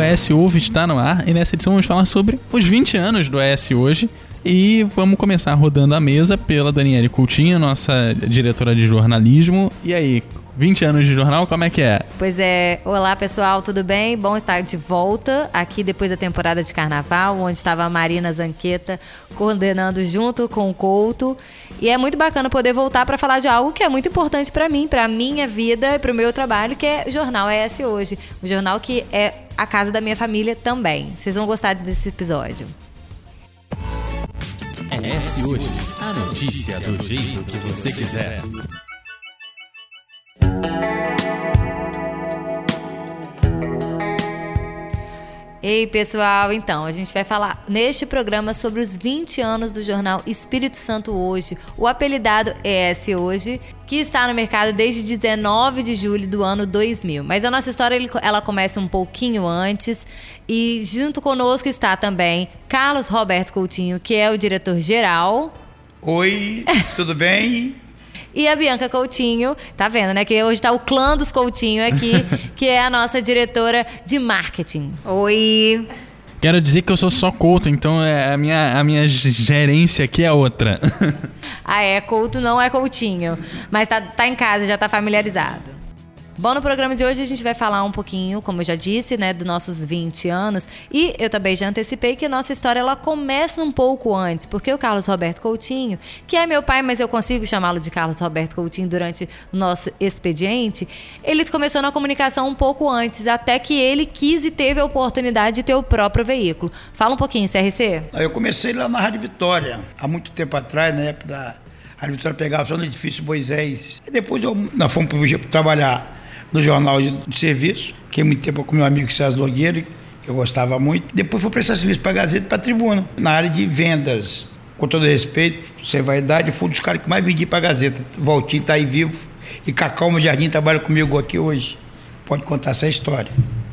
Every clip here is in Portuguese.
AS Ouve está no ar e nessa edição vamos falar sobre os 20 anos do AS Hoje. E vamos começar rodando a mesa pela Daniele Coutinho, nossa diretora de jornalismo. E aí, 20 anos de jornal, como é que é? Pois é, olá pessoal, tudo bem? Bom estar de volta aqui depois da temporada de carnaval, onde estava a Marina Zanqueta coordenando junto com o Couto. E é muito bacana poder voltar para falar de algo que é muito importante para mim, para a minha vida e para o meu trabalho, que é o Jornal AS Hoje. O jornal que é a casa da minha família também. Vocês vão gostar desse episódio. AS Hoje, a notícia do jeito que você quiser. Ei pessoal, então, a gente vai falar neste programa sobre os 20 anos do jornal Espírito Santo Hoje, o apelidado AS Hoje, que está no mercado desde 19 de julho do ano 2000. Mas a nossa história ela começa um pouquinho antes e junto conosco está também Carlos Roberto Coutinho, que é o diretor-geral. Oi, tudo bem? E a Bianca Coutinho, tá vendo, né? Que hoje tá o clã dos Coutinho aqui, que é a nossa diretora de marketing. Oi! Quero dizer que eu sou só Couto, então a minha gerência aqui é outra. Ah, Couto não é Coutinho, mas tá em casa, já tá familiarizado. Bom, no programa de hoje a gente vai falar um pouquinho, como eu já disse, né, dos nossos 20 anos. E eu também já antecipei que a nossa história ela começa um pouco antes, porque o Carlos Roberto Coutinho, que é meu pai, mas eu consigo chamá-lo de Carlos Roberto Coutinho durante o nosso expediente, ele começou na comunicação um pouco antes, até que ele quis e teve a oportunidade de ter o próprio veículo. Fala um pouquinho, CRC. Eu comecei lá na Rádio Vitória, há muito tempo atrás, na época da Rádio Vitória pegava só no edifício Moisés. E depois nós fomos trabalhar no jornal de serviço, que muito tempo com meu amigo César Nogueira, que eu gostava muito. Depois fui prestar serviço para a Gazeta e para a Tribuna, na área de vendas. Com todo respeito, sem vaidade, fui um dos caras que mais vendi para a Gazeta. Valtinho está aí vivo. E Cacau Meu Jardim trabalha comigo aqui hoje. Pode contar essa história.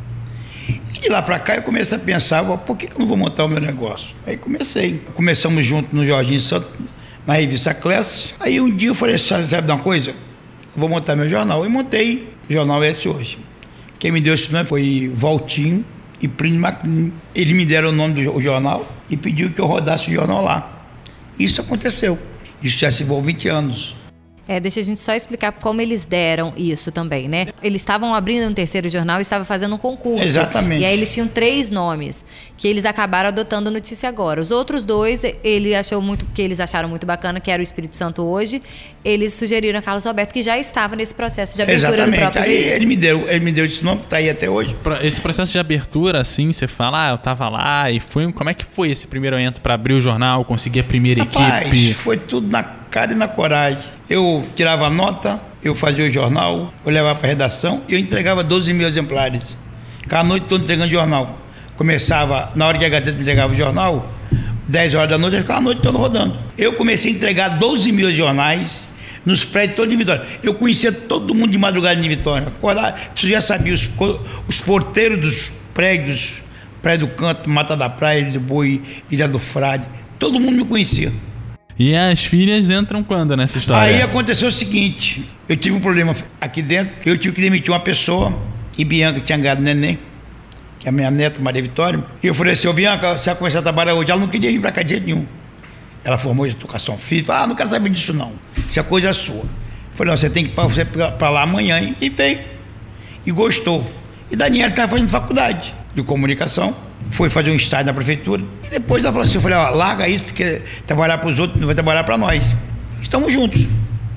E de lá para cá eu comecei a pensar, por que eu não vou montar o meu negócio? Aí comecei. Começamos junto no Jorginho Santos, na revista Classe. Aí um dia eu falei, sabe de uma coisa? Eu vou montar meu jornal. E montei o Jornal AS Hoje. Quem me deu esse nome foi Valtinho e Plínio Maclin. Eles me deram o nome do jornal e pediu que eu rodasse o jornal lá. Isso aconteceu. Isso já se envolveu 20 anos. Deixa a gente só explicar como eles deram isso também, né? Eles estavam abrindo um terceiro jornal e estavam fazendo um concurso. Exatamente. E aí eles tinham 3 nomes, que eles acabaram adotando Notícia Agora. Os outros 2, que eles acharam muito bacana, que era o Espírito Santo Hoje, eles sugeriram a Carlos Roberto, que já estava nesse processo de abertura do próprio. Aí ele me deu esse nome, tá aí até hoje. Esse processo de abertura, assim, você fala, eu tava lá e como é que foi esse primeiro evento para abrir o jornal, conseguir a primeira equipe? Foi tudo na cara e na coragem. Eu tirava nota, eu fazia o jornal, eu levava para a redação e eu entregava 12 mil exemplares. Cada noite estou entregando jornal. Começava, na hora que a Gazeta me entregava o jornal, 10 horas da noite, eu ficava a noite toda rodando. Eu comecei a entregar 12 mil jornais nos prédios todos de Vitória. Eu conhecia todo mundo de madrugada de Vitória. Você já sabia os porteiros dos prédios, Praia do Canto, Mata da Praia, Ilha do Boi, Ilha do Frade. Todo mundo me conhecia. E as filhas entram quando nessa história? Aí aconteceu o seguinte, eu tive um problema aqui dentro, eu tive que demitir uma pessoa, e Bianca tinha ganhado neném, que é a minha neta, Maria Vitória, e eu falei assim, Bianca, você vai começar a trabalhar hoje? Ela não queria vir para cá de jeito nenhum. Ela formou em educação física, não quero saber disso não, isso é coisa sua. Eu falei, não, você tem que ir para lá amanhã, e veio, e gostou. E Daniela estava fazendo faculdade de comunicação, foi fazer um estágio na prefeitura e depois ela falou assim, eu falei, larga isso porque trabalhar para os outros não vai trabalhar para nós. Estamos juntos.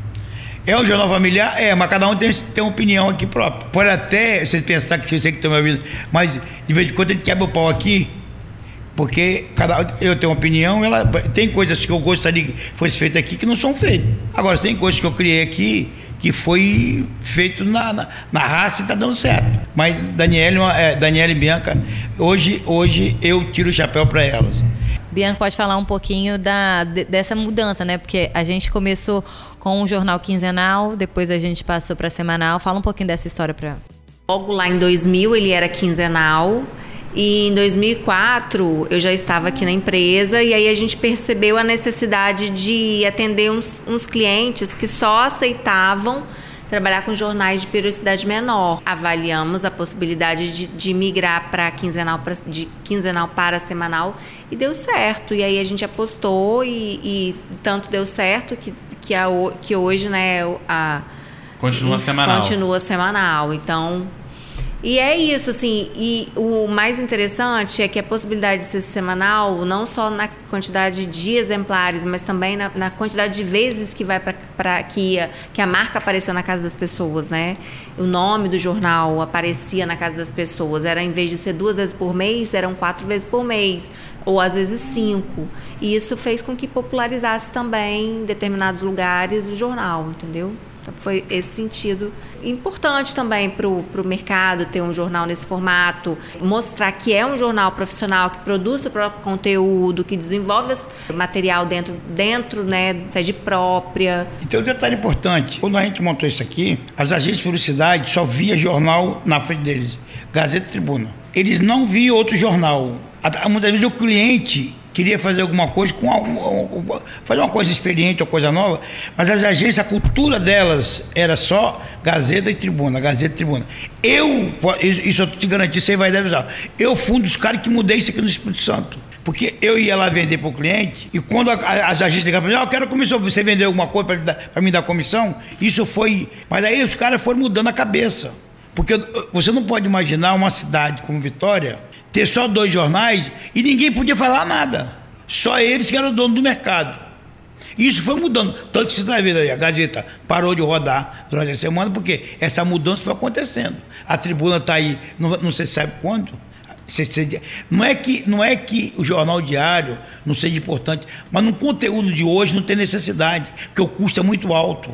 É um jornal familiar? Mas cada um tem uma opinião aqui própria. Pode até você pensar que eu sei que tem uma vida, mas de vez em quando a gente quebra o pau aqui, porque eu tenho uma opinião, tem coisas que eu gostaria que fosse feito aqui que não são feitas. Agora, tem coisas que eu criei aqui que foi feito na raça e está dando certo. Mas Daniela e Bianca, hoje eu tiro o chapéu para elas. Bianca pode falar um pouquinho dessa mudança, né? Porque a gente começou com um jornal quinzenal, depois a gente passou para semanal. Fala um pouquinho dessa história para ela. Logo lá em 2000 ele era quinzenal. E em 2004 eu já estava aqui na empresa e aí a gente percebeu a necessidade de atender uns clientes que só aceitavam trabalhar com jornais de periodicidade menor. Avaliamos a possibilidade de migrar de quinzenal para semanal e deu certo. E aí a gente apostou e tanto deu certo que hoje, né, Continua semanal. Continua semanal. Então, e é isso, assim, e o mais interessante é que a possibilidade de ser semanal, não só na quantidade de exemplares, mas também na quantidade de vezes que vai que a marca apareceu na casa das pessoas, né? O nome do jornal aparecia na casa das pessoas. Era, em vez de ser 2 vezes por mês, eram 4 vezes por mês, ou às vezes 5. E isso fez com que popularizasse também em determinados lugares o jornal, entendeu? Foi esse sentido importante também para o mercado ter um jornal nesse formato, mostrar que é um jornal profissional que produz o próprio conteúdo, que desenvolve material dentro, né, sede própria. Então, um detalhe importante, quando a gente montou isso aqui, as agências de publicidade só via jornal na frente deles, Gazeta e Tribuna. Eles não viam outro jornal. Muitas vezes o cliente queria fazer alguma coisa, fazer uma coisa experiente, uma coisa nova, mas as agências, a cultura delas era só Gazeta e Tribuna, Gazeta e Tribuna. Isso eu te garanto, você vai avisar. Eu fui um dos caras que mudei isso aqui no Espírito Santo. Porque eu ia lá vender para o cliente, e quando as agências ligavam para mim, eu quero comissão, você vendeu alguma coisa para me dar comissão? Isso foi. Mas aí os caras foram mudando a cabeça. Porque você não pode imaginar uma cidade como Vitória ter só 2 jornais e ninguém podia falar nada. Só eles que eram donos do mercado. Isso foi mudando. Tanto que você está vendo aí, a Gazeta parou de rodar durante a semana, porque essa mudança foi acontecendo. A Tribuna está aí, não sei se sabe quando. Não é que o jornal diário não seja importante, mas no conteúdo de hoje não tem necessidade, porque o custo é muito alto.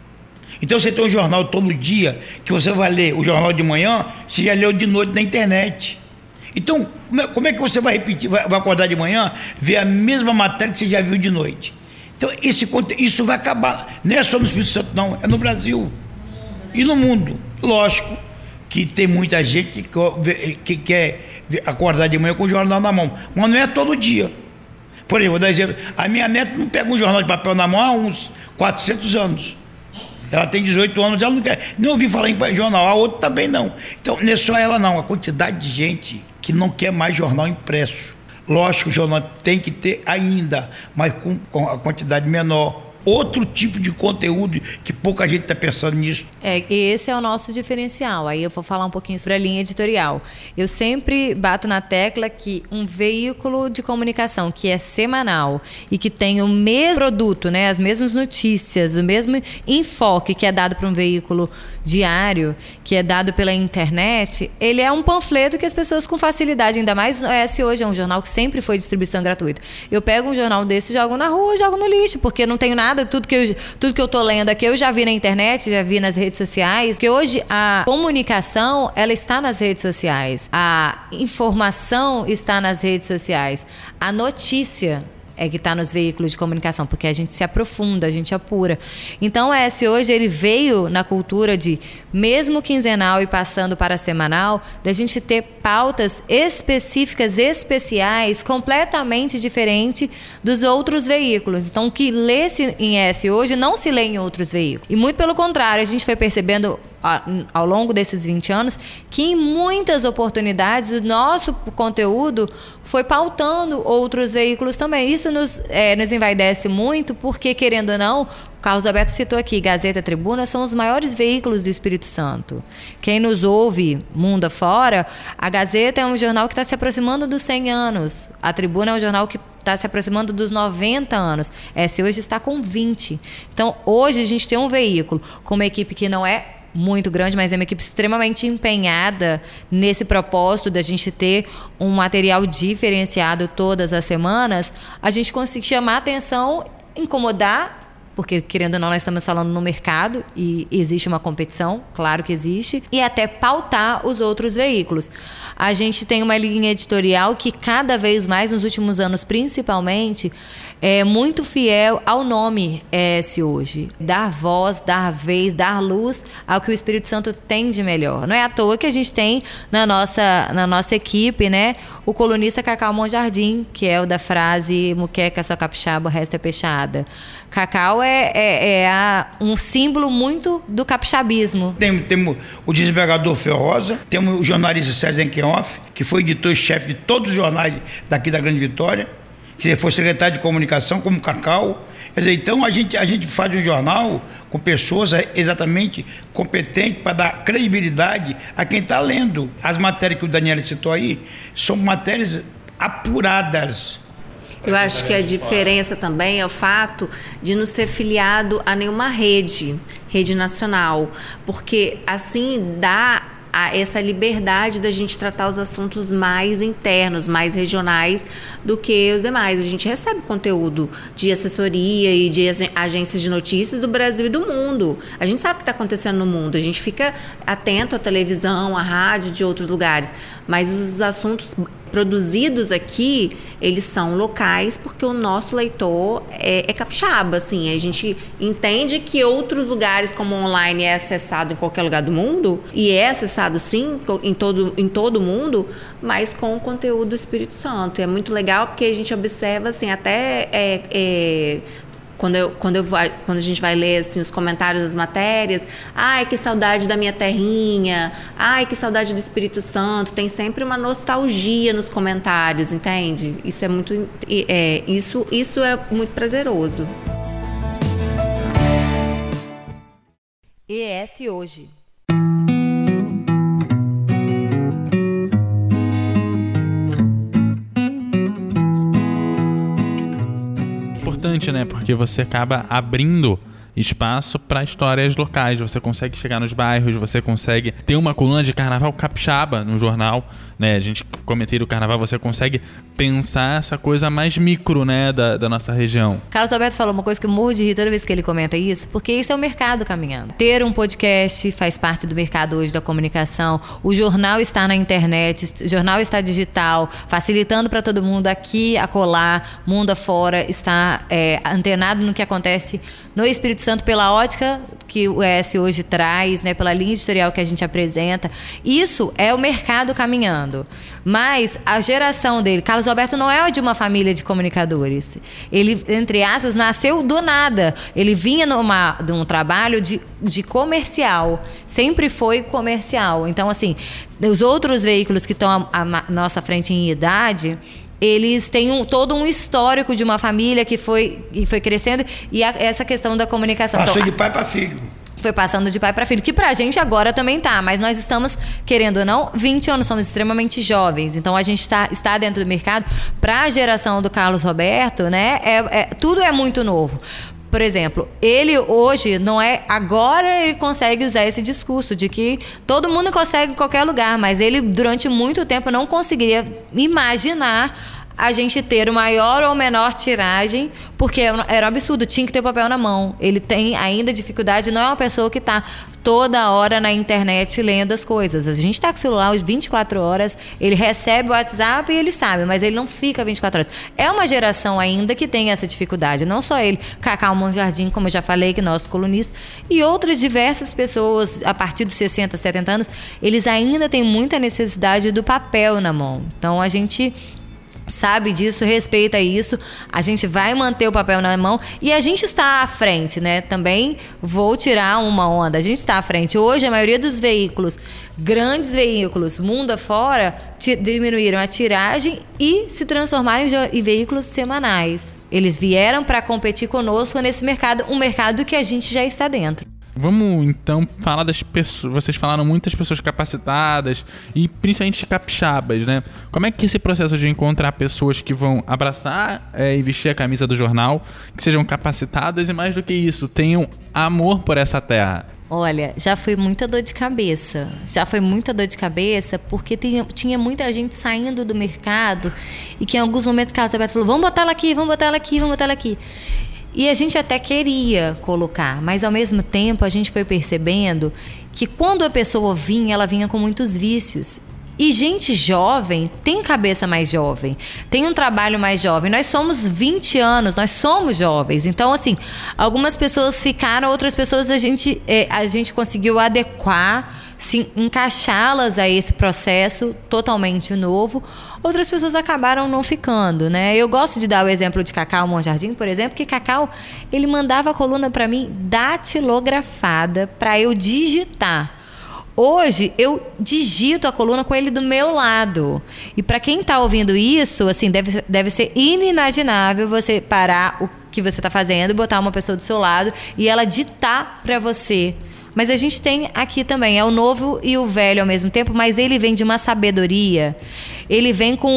Então você tem um jornal todo dia, que você vai ler o jornal de manhã, você já leu de noite na internet. Então, como é que você vai repetir, vai acordar de manhã, ver a mesma matéria que você já viu de noite? Então, isso vai acabar. Não é só no Espírito Santo, não, é no Brasil e no mundo. Lógico que tem muita gente que quer acordar de manhã com o jornal na mão, mas não é todo dia. Por exemplo, vou dar exemplo, a minha neta não pega um jornal de papel na mão há uns 400 anos. Ela tem 18 anos, ela não quer nem ouvir falar em jornal, a outra também não. Então, não é só ela não, a quantidade de gente que não quer mais jornal impresso. Lógico que o jornal tem que ter ainda, mas com a quantidade menor. Outro tipo de conteúdo que pouca gente está pensando nisso. Esse é o nosso diferencial. Aí eu vou falar um pouquinho sobre a linha editorial. Eu sempre bato na tecla que um veículo de comunicação que é semanal e que tem o mesmo produto, né, as mesmas notícias, o mesmo enfoque que é dado para um veículo diário, que é dado pela internet, ele é um panfleto que as pessoas com facilidade, ainda mais o S hoje é um jornal que sempre foi distribuição gratuita. Eu pego um jornal desse, jogo na rua, jogo no lixo, porque não tenho nada. Tudo que eu tô lendo aqui eu já vi na internet, já vi nas redes sociais, que hoje a comunicação, ela está nas redes sociais, a informação está nas redes sociais, a notícia é que está nos veículos de comunicação, porque a gente se aprofunda, a gente apura. Então, o S hoje, ele veio na cultura de, mesmo quinzenal e passando para semanal, da gente ter pautas específicas, especiais, completamente diferente dos outros veículos. Então, o que lê-se em S hoje não se lê em outros veículos. E muito pelo contrário, a gente foi percebendo ao longo desses 20 anos que em muitas oportunidades o nosso conteúdo foi pautando outros veículos também. Isso nos envaidece muito, porque, querendo ou não, o Carlos Alberto citou aqui, Gazeta e Tribuna são os maiores veículos do Espírito Santo. Quem nos ouve mundo afora, a Gazeta é um jornal que está se aproximando dos 100 anos. A Tribuna é um jornal que está se aproximando dos 90 anos. Esse hoje está com 20. Então, hoje a gente tem um veículo com uma equipe que não é muito grande, mas é uma equipe extremamente empenhada nesse propósito da gente ter um material diferenciado todas as semanas. A gente consegue chamar atenção, incomodar, porque, querendo ou não, nós estamos falando no mercado e existe uma competição, claro que existe, e até pautar os outros veículos. A gente tem uma linha editorial que cada vez mais, nos últimos anos principalmente, muito fiel ao nome ES Hoje. Dar voz, dar vez, dar luz ao que o Espírito Santo tem de melhor. Não é à toa que a gente tem na nossa equipe, né, o colunista Cacau Monjardim, que é o da frase "Muqueca só capixaba, o resto é peixada". Cacau é um símbolo muito do capixabismo. Temos o desembargador Ferrosa, temos o jornalista Sérgio Enqueoff, que foi editor-chefe de todos os jornais daqui da Grande Vitória, que foi secretário de comunicação, como Cacau. Quer dizer, então a gente faz um jornal com pessoas exatamente competentes para dar credibilidade a quem está lendo. As matérias que o Daniel citou aí são matérias apuradas. Eu acho que a diferença também é o fato de não ser filiado a nenhuma rede nacional, porque assim dá essa liberdade da gente tratar os assuntos mais internos, mais regionais do que os demais. A gente recebe conteúdo de assessoria e de agências de notícias do Brasil e do mundo. A gente sabe o que está acontecendo no mundo, a gente fica atento à televisão, à rádio de outros lugares, mas os assuntos produzidos aqui, eles são locais, porque o nosso leitor é capixaba, assim. A gente entende que outros lugares, como online, é acessado em qualquer lugar do mundo, e é acessado, sim, em todo o mundo, mas com o conteúdo do Espírito Santo. E é muito legal, porque a gente observa, assim, até quando a gente vai ler assim, os comentários das matérias, ai, que saudade da minha terrinha, ai, que saudade do Espírito Santo, tem sempre uma nostalgia nos comentários, entende? Isso é muito, isso é muito prazeroso. ES Hoje. Importante, né? Porque você acaba abrindo espaço para histórias locais. Você consegue chegar nos bairros, você consegue ter uma coluna de carnaval capixaba no jornal, né? A gente comentei do carnaval, você consegue pensar essa coisa mais micro, né, da nossa região. Carlos Alberto falou uma coisa que eu morro de rir toda vez que ele comenta isso, porque isso é o mercado caminhando. Ter um podcast faz parte do mercado hoje da comunicação. O jornal está na internet, o jornal está digital, facilitando para todo mundo aqui, acolá, mundo afora, está antenado no que acontece no Espírito Santo pela ótica que o ES Hoje traz, né, pela linha editorial que a gente apresenta. Isso é o mercado caminhando. Mas a geração dele, Carlos Alberto não é de uma família de comunicadores. Ele, entre aspas, nasceu do nada. Ele vinha de um trabalho de comercial. Sempre foi comercial. Então, assim, os outros veículos que estão à nossa frente em idade, eles têm todo um histórico de uma família que foi crescendo, e essa questão da comunicação. Passou de pai para filho. Foi passando de pai para filho, que pra gente agora também tá, mas nós estamos, querendo ou não, 20 anos, somos extremamente jovens, então a gente está dentro do mercado. Pra geração do Carlos Roberto, né, tudo é muito novo. Por exemplo, ele hoje não é... Agora ele consegue usar esse discurso de que todo mundo consegue em qualquer lugar, mas ele, durante muito tempo, não conseguiria imaginar a gente ter o maior ou menor tiragem, porque era um absurdo, tinha que ter o papel na mão. Ele tem ainda dificuldade, não é uma pessoa que está toda hora na internet lendo as coisas. A gente está com o celular 24 horas, ele recebe o WhatsApp e ele sabe, mas ele não fica 24 horas. É uma geração ainda que tem essa dificuldade, não só ele, Cacau Monjardim, como eu já falei, que é nosso colunista, e outras diversas pessoas, a partir dos 60, 70 anos, eles ainda têm muita necessidade do papel na mão. Então a gente sabe disso, respeita isso, a gente vai manter o papel na mão e a gente está à frente, né? Também vou tirar uma onda, a gente está à frente. Hoje a maioria dos veículos, grandes veículos, mundo afora, diminuíram a tiragem e se transformaram em veículos semanais. Eles vieram para competir conosco nesse mercado, um mercado que a gente já está dentro. Vamos, então, falar das pessoas. Vocês falaram muitas pessoas capacitadas e principalmente capixabas, né? Como é que esse processo de encontrar pessoas que vão abraçar e vestir a camisa do jornal, que sejam capacitadas e, mais do que isso, tenham amor por essa terra? Olha, já foi muita dor de cabeça. Porque tinha muita gente saindo do mercado e que em alguns momentos o Carlos Alberto falou: vamos botar ela aqui. E a gente até queria colocar, mas ao mesmo tempo a gente foi percebendo que quando a pessoa vinha, ela vinha com muitos vícios. E gente jovem tem cabeça mais jovem, tem um trabalho mais jovem. Nós somos 20 anos, nós somos jovens. Então, assim, algumas pessoas ficaram, outras pessoas a gente conseguiu adequar, se encaixá-las a esse processo totalmente novo. Outras pessoas acabaram não ficando, né? Eu gosto de dar o exemplo de Cacau Monjardim, por exemplo, que Cacau, ele mandava a coluna para mim datilografada para eu digitar. Hoje, eu digito a coluna com ele do meu lado. E para quem está ouvindo isso, assim, deve ser inimaginável você parar o que você está fazendo, botar uma pessoa do seu lado e ela ditar para você. Mas a gente tem aqui também, é o novo e o velho ao mesmo tempo, mas ele vem de uma sabedoria, ele vem com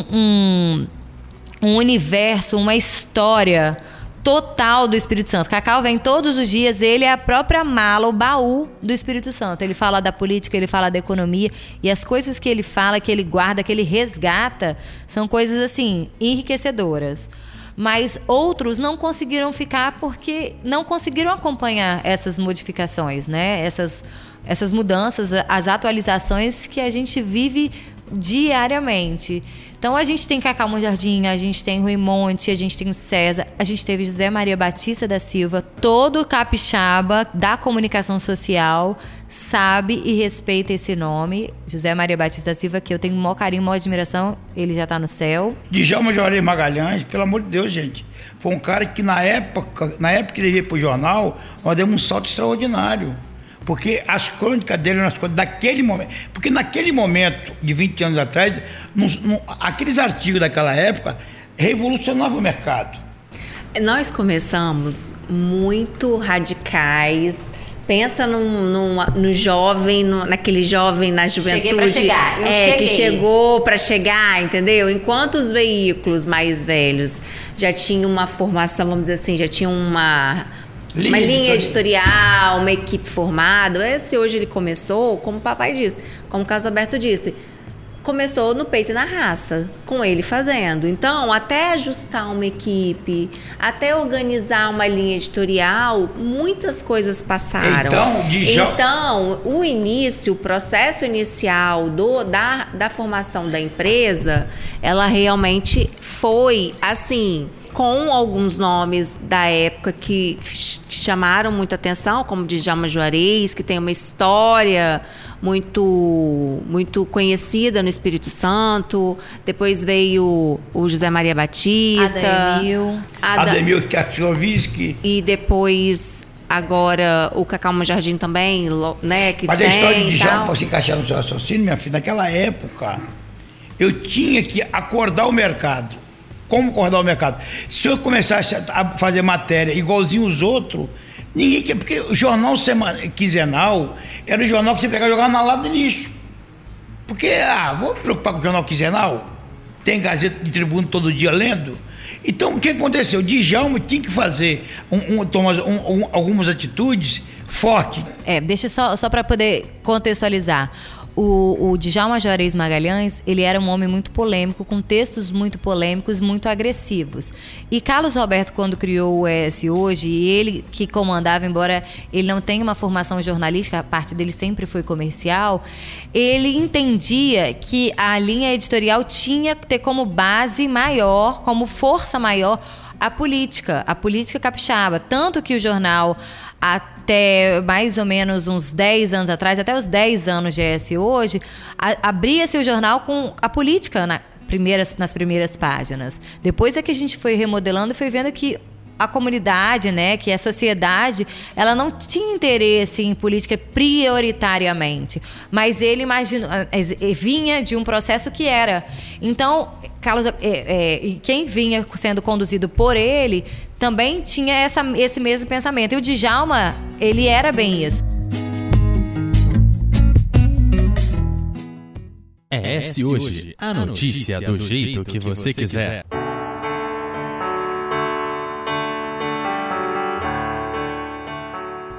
um universo, uma história total do Espírito Santo. Cacau vem todos os dias, ele é a própria mala, o baú do Espírito Santo. Ele fala da política, ele fala da economia, e as coisas que ele fala, que ele guarda, que ele resgata, são coisas assim, enriquecedoras. Mas outros não conseguiram ficar porque não conseguiram acompanhar essas modificações, né? Essas mudanças, as atualizações que a gente vive diariamente. Então a gente tem Cacau Monjardim, a gente tem Rui Monte, a gente tem o César, a gente teve José Maria Batista da Silva, todo capixaba da comunicação social sabe e respeita esse nome, José Maria Batista da Silva, que eu tenho o maior carinho, maior admiração, ele já está no céu. Djalma Juarez Magalhães, pelo amor de Deus, gente, foi um cara que na época que ele veio pro jornal, nós demos um salto extraordinário. Porque as crônicas dele eram as coisas daquele momento. Porque naquele momento, de 20 anos atrás, aqueles artigos daquela época revolucionavam o mercado. Nós começamos muito radicais. Pensa no jovem, naquele jovem na juventude. Cheguei pra chegar. Que chegou para chegar, entendeu? Enquanto os veículos mais velhos já tinham uma formação, vamos dizer assim, já tinham uma linha editorial, uma equipe formada. Esse hoje ele começou, como o papai disse, como o Carlos Alberto disse, começou no peito e na raça, com ele fazendo. Então, até ajustar uma equipe, até organizar uma linha editorial, muitas coisas passaram. Então, o processo inicial da formação da empresa, ela realmente foi assim, com alguns nomes da época que chamaram muita atenção, como Djalma Juarez, que tem uma história muito, muito conhecida no Espírito Santo. Depois veio o José Maria Batista, Ademil Kachovski. E depois, agora, o Cacau Monjardim também, né? Mas a história de Djalma, para se encaixar no seu raciocínio, minha filha, naquela época, eu tinha que acordar o mercado. Como acordar o mercado? Se eu começasse a fazer matéria igualzinho os outros, ninguém quer. Porque o jornal quinzenal era o jornal que você pegava e jogava na lata de lixo. Porque, vou me preocupar com o jornal quinzenal? Tem Gazeta de Tribuno todo dia lendo? Então, o que aconteceu? Djalma tinha que fazer algumas atitudes fortes. Deixa só para poder contextualizar. O Djalma Juarez Magalhães, ele era um homem muito polêmico, com textos muito polêmicos, muito agressivos. E Carlos Roberto, quando criou o ES Hoje, ele que comandava, embora ele não tenha uma formação jornalística, a parte dele sempre foi comercial, ele entendia que a linha editorial tinha que ter como base maior, como força maior, a política capixaba. Tanto que o jornal, até mais ou menos uns 10 anos atrás, até os 10 anos de ES Hoje, abria-se o jornal com a política nas primeiras páginas. Depois é que a gente foi remodelando e foi vendo que a comunidade, né, que a sociedade, ela não tinha interesse em política prioritariamente, mas ele vinha de um processo que era. Então, Carlos, e quem vinha sendo conduzido por ele também tinha esse mesmo pensamento. E o Djalma, ele era bem isso. ES Hoje, a notícia do jeito que você quiser.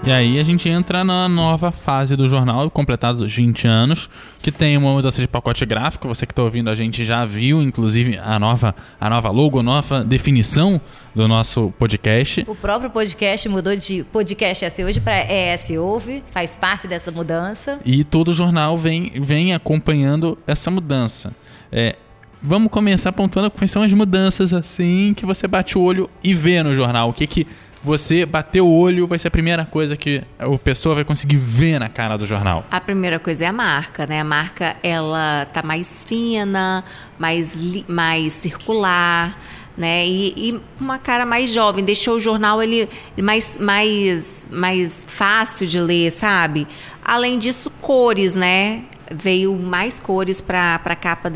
E aí a gente entra na nova fase do jornal, completados os 20 anos, que tem uma mudança de pacote gráfico. Você que está ouvindo a gente já viu, inclusive, a nova logo, a nova definição do nosso podcast. O próprio podcast mudou de podcast ES Hoje para ES Ouve, faz parte dessa mudança. E todo o jornal vem acompanhando essa mudança. Vamos começar apontando quais são as mudanças assim que você bate o olho e vê no jornal. O que você bater o olho vai ser a primeira coisa que a pessoa vai conseguir ver na cara do jornal? A primeira coisa é a marca, né? A marca, ela tá mais fina, mais circular, né? E uma cara mais jovem, deixou o jornal ele mais fácil de ler, sabe? Além disso, cores, né? Veio mais cores para a capa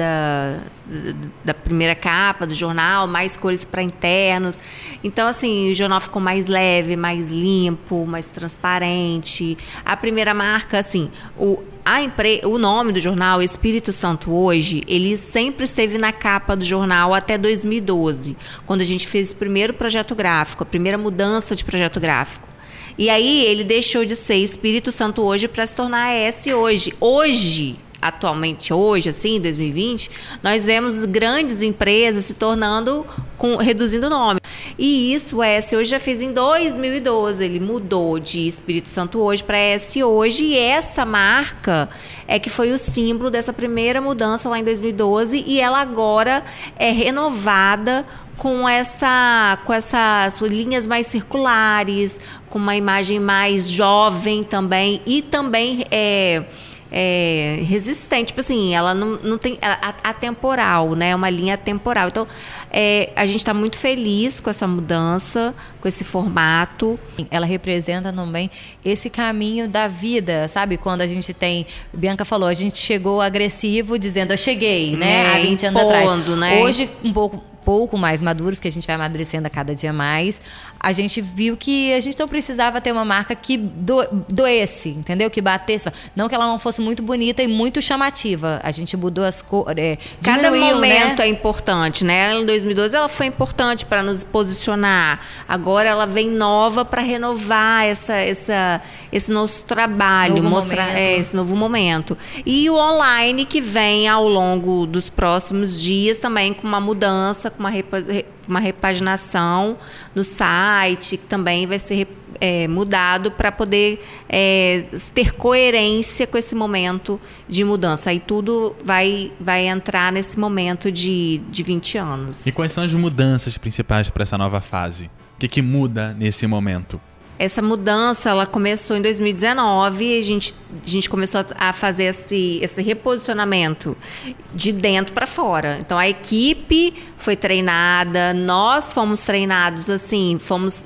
da primeira capa do jornal, mais cores para internos. Então, assim, o jornal ficou mais leve, mais limpo, mais transparente. A primeira marca, assim, o nome do jornal, Espírito Santo Hoje, ele sempre esteve na capa do jornal até 2012, quando a gente fez o primeiro projeto gráfico, a primeira mudança de projeto gráfico. E aí ele deixou de ser Espírito Santo Hoje para se tornar ES Hoje. Atualmente, hoje, assim, em 2020, nós vemos grandes empresas se tornando, reduzindo o nome. E isso o ES Hoje já fez em 2012. Ele mudou de Espírito Santo Hoje para ES Hoje. E essa marca é que foi o símbolo dessa primeira mudança lá em 2012. E ela agora é renovada com essas linhas mais circulares, com uma imagem mais jovem também. E também resistente, tipo assim, ela não tem atemporal, né? É uma linha atemporal. Então, a gente está muito feliz com essa mudança, com esse formato. Ela representa também esse caminho da vida, sabe? Quando a gente tem, Bianca falou, a gente chegou agressivo dizendo, eu cheguei, né? Há 20 anos atrás. Né? Hoje, um pouco mais maduros, que a gente vai amadurecendo a cada dia mais, a gente viu que a gente não precisava ter uma marca que doesse, entendeu? Que batesse. Não que ela não fosse muito bonita e muito chamativa. A gente mudou as cores. Cada momento, né? É importante, né? Em 2012 ela foi importante para nos posicionar. Agora ela vem nova para renovar esse nosso trabalho, mostrar esse novo momento. E o online que vem ao longo dos próximos dias também com uma mudança, com uma repaginação no site, que também vai ser mudado para poder ter coerência com esse momento de mudança. Aí tudo vai entrar nesse momento de 20 anos. E quais são as mudanças principais para essa nova fase? O que muda nesse momento? Essa mudança, ela começou em 2019, a gente começou a fazer esse reposicionamento de dentro para fora. Então, a equipe foi treinada, nós fomos treinados, assim, fomos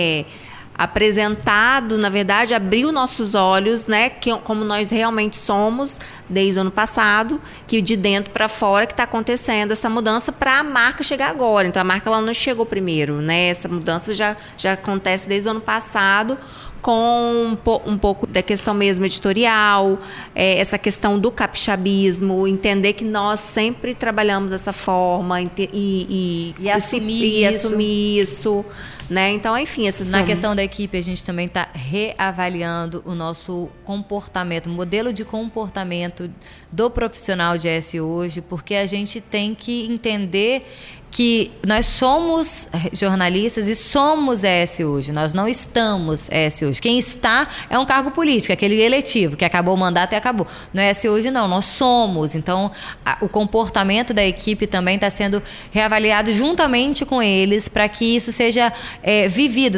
apresentado, na verdade, abriu nossos olhos, né, como nós realmente somos desde o ano passado, que de dentro para fora que está acontecendo essa mudança para a marca chegar agora. Então, a marca ela não chegou primeiro, né? Essa mudança já acontece desde o ano passado, com um pouco da questão mesmo editorial, essa questão do capixabismo, entender que nós sempre trabalhamos dessa forma e assumir isso, né? Então, enfim, na questão da equipe, a gente também está reavaliando o nosso comportamento, o modelo de comportamento do profissional de ES Hoje, porque a gente tem que entender que nós somos jornalistas e somos ES Hoje, nós não estamos ES Hoje. Quem está é um cargo político, aquele eletivo, que acabou o mandato e acabou. Não é ES Hoje, não, nós somos. Então, o comportamento da equipe também está sendo reavaliado juntamente com eles para que isso seja vivido,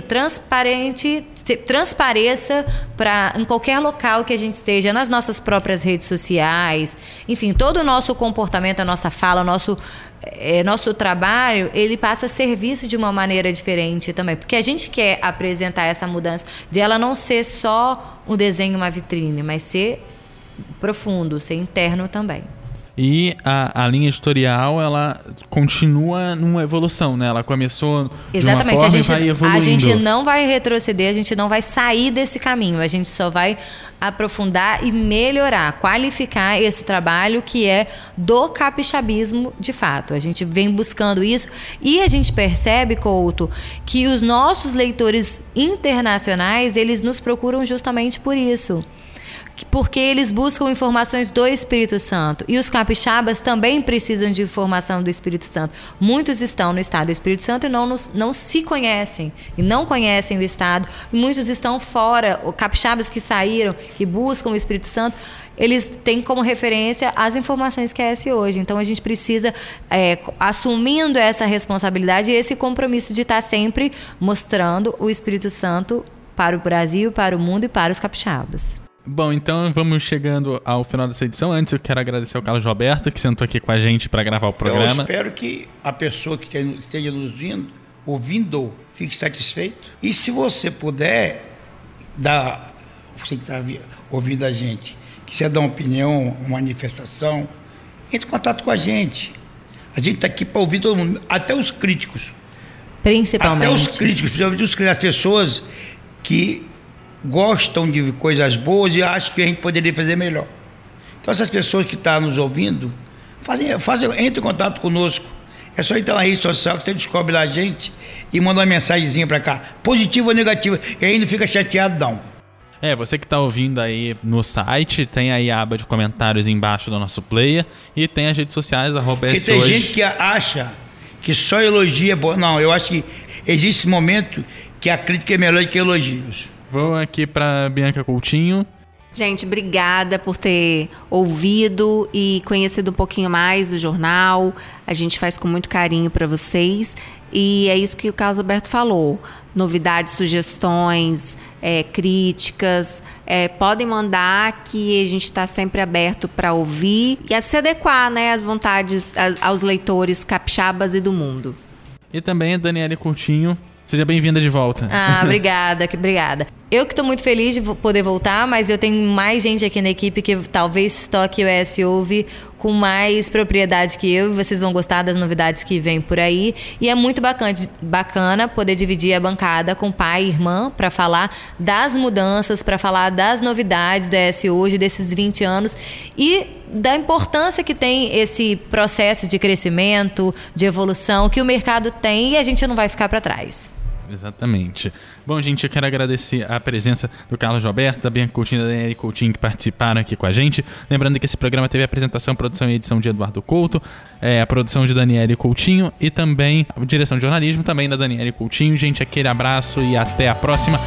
transpareça em qualquer local que a gente esteja, nas nossas próprias redes sociais, enfim, todo o nosso comportamento, a nossa fala, nosso trabalho, ele passa a ser visto de uma maneira diferente também, porque a gente quer apresentar essa mudança de ela não ser só um desenho, uma vitrine, mas ser profundo, ser interno também. E a linha editorial, ela continua numa evolução, né? Ela começou Exatamente. de uma forma e vai evoluindo. A gente não vai retroceder, a gente não vai sair desse caminho. A gente só vai aprofundar e melhorar, qualificar esse trabalho que é do capixabismo de fato. A gente vem buscando isso e a gente percebe, Couto, que os nossos leitores internacionais, eles nos procuram justamente por isso. Porque eles buscam informações do Espírito Santo. E os capixabas também precisam de informação do Espírito Santo. Muitos estão no estado do Espírito Santo e não se conhecem. E não conhecem o estado. E muitos estão fora. Os capixabas que saíram, que buscam o Espírito Santo, eles têm como referência as informações que é esse hoje. Então, a gente precisa, assumindo essa responsabilidade e esse compromisso de estar sempre mostrando o Espírito Santo para o Brasil, para o mundo e para os capixabas. Bom, então vamos chegando ao final dessa edição. Antes eu quero agradecer ao Carlos Roberto, que sentou aqui com a gente para gravar o programa. Eu espero que a pessoa que esteja nos ouvindo, fique satisfeito. E se você puder você que está ouvindo a gente, quiser dar uma opinião, uma manifestação, entre em contato com a gente. A gente está aqui para ouvir todo mundo, até os críticos. Principalmente. Até os críticos, principalmente as pessoas que gostam de coisas boas e acham que a gente poderia fazer melhor. Então, essas pessoas que estão nos ouvindo, entre em contato conosco. É só entrar na rede social que você descobre lá a gente e manda uma mensagenzinha para cá, positiva ou negativa, e aí não fica chateado, não. Você que está ouvindo aí no site, tem aí a aba de comentários embaixo do nosso player e tem as redes sociais, Porque tem gente que acha que só elogio é bom. Não, eu acho que existe esse momento que a crítica é melhor do que elogios. Vou aqui para Bianca Coutinho. Gente, obrigada por ter ouvido e conhecido um pouquinho mais do jornal. A gente faz com muito carinho para vocês. E é isso que o Carlos Alberto falou. Novidades, sugestões, críticas, podem mandar, que a gente está sempre aberto para ouvir e a se adequar, né, às vontades, aos leitores capixabas e do mundo. E também a Daniele Coutinho. Seja bem-vinda de volta. Obrigada. Eu que estou muito feliz de poder voltar, mas eu tenho mais gente aqui na equipe que talvez toque o ES Ouve com mais propriedade que eu, e vocês vão gostar das novidades que vem por aí. E é muito bacana poder dividir a bancada com pai e irmã para falar das mudanças, para falar das novidades do ES Hoje, desses 20 anos e da importância que tem esse processo de crescimento, de evolução que o mercado tem, e a gente não vai ficar para trás. Exatamente. Bom, gente, eu quero agradecer a presença do Carlos Roberto, da Bianca Coutinho e da Daniele Coutinho, que participaram aqui com a gente. Lembrando que esse programa teve a apresentação, produção e edição de Eduardo Couto, a produção de Daniele Coutinho e também a direção de jornalismo também da Daniele Coutinho. Gente, aquele abraço e até a próxima.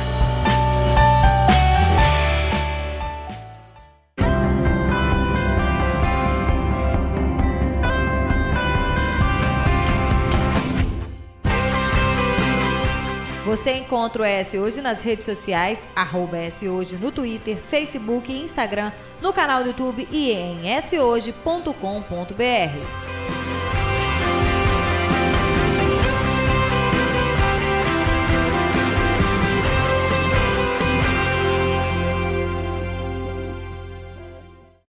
Você encontra o ES Hoje nas redes sociais, @ES Hoje no Twitter, Facebook e Instagram, no canal do YouTube e em eshoje.com.br.